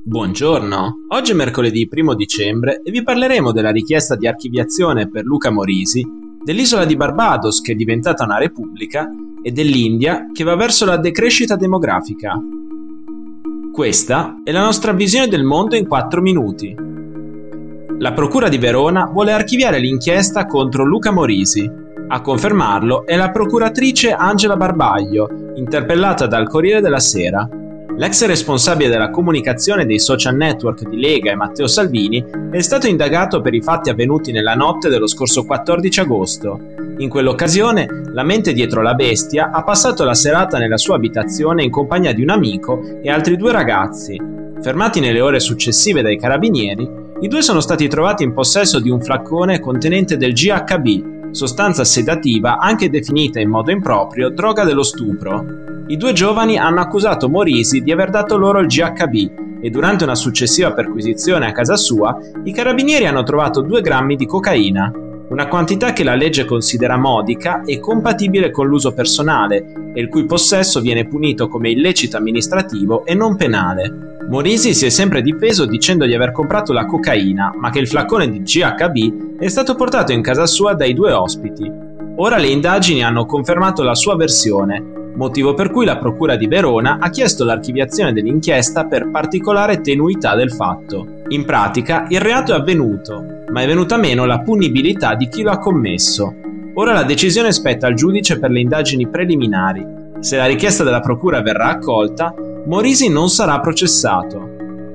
Buongiorno, oggi è mercoledì 1 dicembre e vi parleremo della richiesta di archiviazione per Luca Morisi, dell'isola di Barbados che è diventata una repubblica e dell'India che va verso la decrescita demografica. Questa è la nostra visione del mondo in 4 minuti. La Procura di Verona vuole archiviare l'inchiesta contro Luca Morisi. A confermarlo è la procuratrice Angela Barbaglio, interpellata dal Corriere della Sera. L'ex responsabile della comunicazione dei social network di Lega e Matteo Salvini è stato indagato per i fatti avvenuti nella notte dello scorso 14 agosto. In quell'occasione, la mente dietro la bestia ha passato la serata nella sua abitazione in compagnia di un amico e altri 2 ragazzi. Fermati nelle ore successive dai carabinieri, i 2 sono stati trovati in possesso di un flaccone contenente del GHB, sostanza sedativa anche definita in modo improprio droga dello stupro. I 2 giovani hanno accusato Morisi di aver dato loro il GHB e durante una successiva perquisizione a casa sua i carabinieri hanno trovato 2 grammi di cocaina, una quantità che la legge considera modica e compatibile con l'uso personale e il cui possesso viene punito come illecito amministrativo e non penale. Morisi si è sempre difeso dicendo di aver comprato la cocaina, ma che il flaccone di GHB è stato portato in casa sua dai 2 ospiti. Ora le indagini hanno confermato la sua versione, motivo per cui la Procura di Verona ha chiesto l'archiviazione dell'inchiesta per particolare tenuità del fatto. In pratica, il reato è avvenuto, ma è venuta meno la punibilità di chi lo ha commesso. Ora la decisione spetta al giudice per le indagini preliminari. Se la richiesta della Procura verrà accolta, Morisi non sarà processato.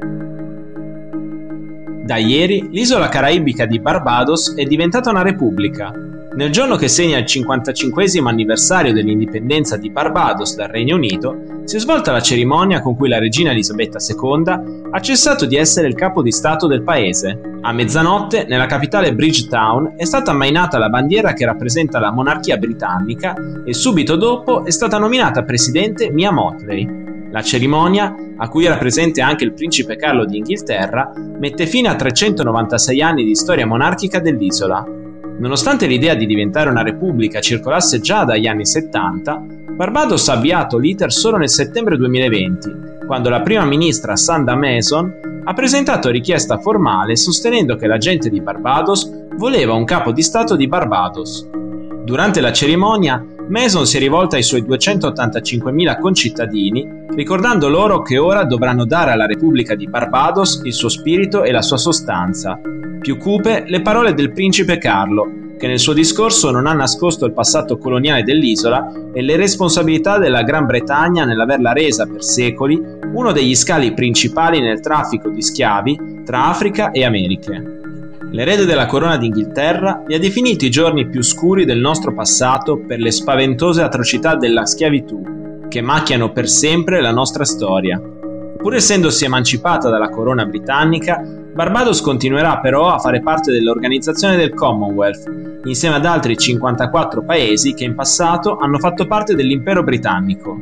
Da ieri, l'isola caraibica di Barbados è diventata una repubblica. Nel giorno che segna il 55° anniversario dell'indipendenza di Barbados dal Regno Unito, si è svolta la cerimonia con cui la regina Elisabetta II ha cessato di essere il capo di Stato del paese. A mezzanotte, nella capitale Bridgetown, è stata ammainata la bandiera che rappresenta la monarchia britannica e subito dopo è stata nominata presidente Mia Mottley. La cerimonia, a cui era presente anche il principe Carlo di Inghilterra, mette fine a 396 anni di storia monarchica dell'isola. Nonostante l'idea di diventare una repubblica circolasse già dagli anni 70, Barbados ha avviato l'iter solo nel settembre 2020, quando la prima ministra Sanda Mason ha presentato richiesta formale sostenendo che la gente di Barbados voleva un capo di Stato di Barbados. Durante la cerimonia, Mason si è rivolta ai suoi 285.000 concittadini, ricordando loro che ora dovranno dare alla Repubblica di Barbados il suo spirito e la sua sostanza. Più cupe le parole del principe Carlo, che nel suo discorso non ha nascosto il passato coloniale dell'isola e le responsabilità della Gran Bretagna nell'averla resa per secoli uno degli scali principali nel traffico di schiavi tra Africa e Americhe. L'erede della corona d'Inghilterra li ha definiti i giorni più scuri del nostro passato per le spaventose atrocità della schiavitù, che macchiano per sempre la nostra storia. Pur essendosi emancipata dalla corona britannica, Barbados continuerà però a fare parte dell'organizzazione del Commonwealth, insieme ad altri 54 paesi che in passato hanno fatto parte dell'impero britannico.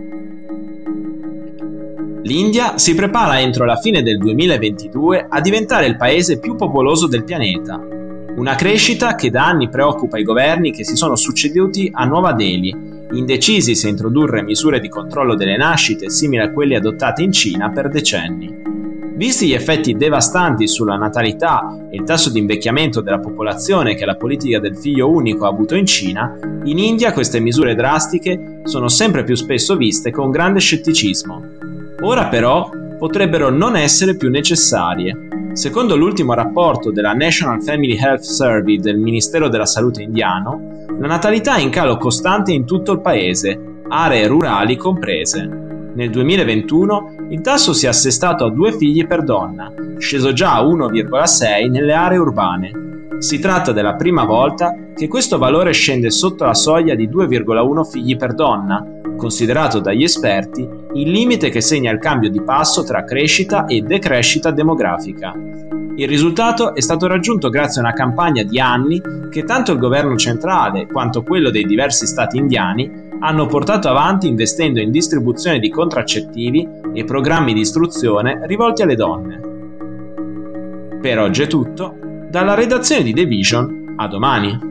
L'India si prepara entro la fine del 2022 a diventare il paese più popoloso del pianeta. Una crescita che da anni preoccupa i governi che si sono succeduti a Nuova Delhi, indecisi se introdurre misure di controllo delle nascite simili a quelle adottate in Cina per decenni. Visti gli effetti devastanti sulla natalità e il tasso di invecchiamento della popolazione che la politica del figlio unico ha avuto in Cina, in India queste misure drastiche sono sempre più spesso viste con grande scetticismo. Ora però potrebbero non essere più necessarie. Secondo l'ultimo rapporto della National Family Health Survey del Ministero della Salute indiano, la natalità è in calo costante in tutto il paese, aree rurali comprese. Nel 2021 il tasso si è assestato a 2 figli per donna, sceso già a 1,6 nelle aree urbane. Si tratta della prima volta che questo valore scende sotto la soglia di 2,1 figli per donna, considerato dagli esperti il limite che segna il cambio di passo tra crescita e decrescita demografica. Il risultato è stato raggiunto grazie a una campagna di anni che tanto il governo centrale quanto quello dei diversi stati indiani hanno portato avanti investendo in distribuzione di contraccettivi e programmi di istruzione rivolti alle donne. Per oggi è tutto, dalla redazione di The Vision, a domani!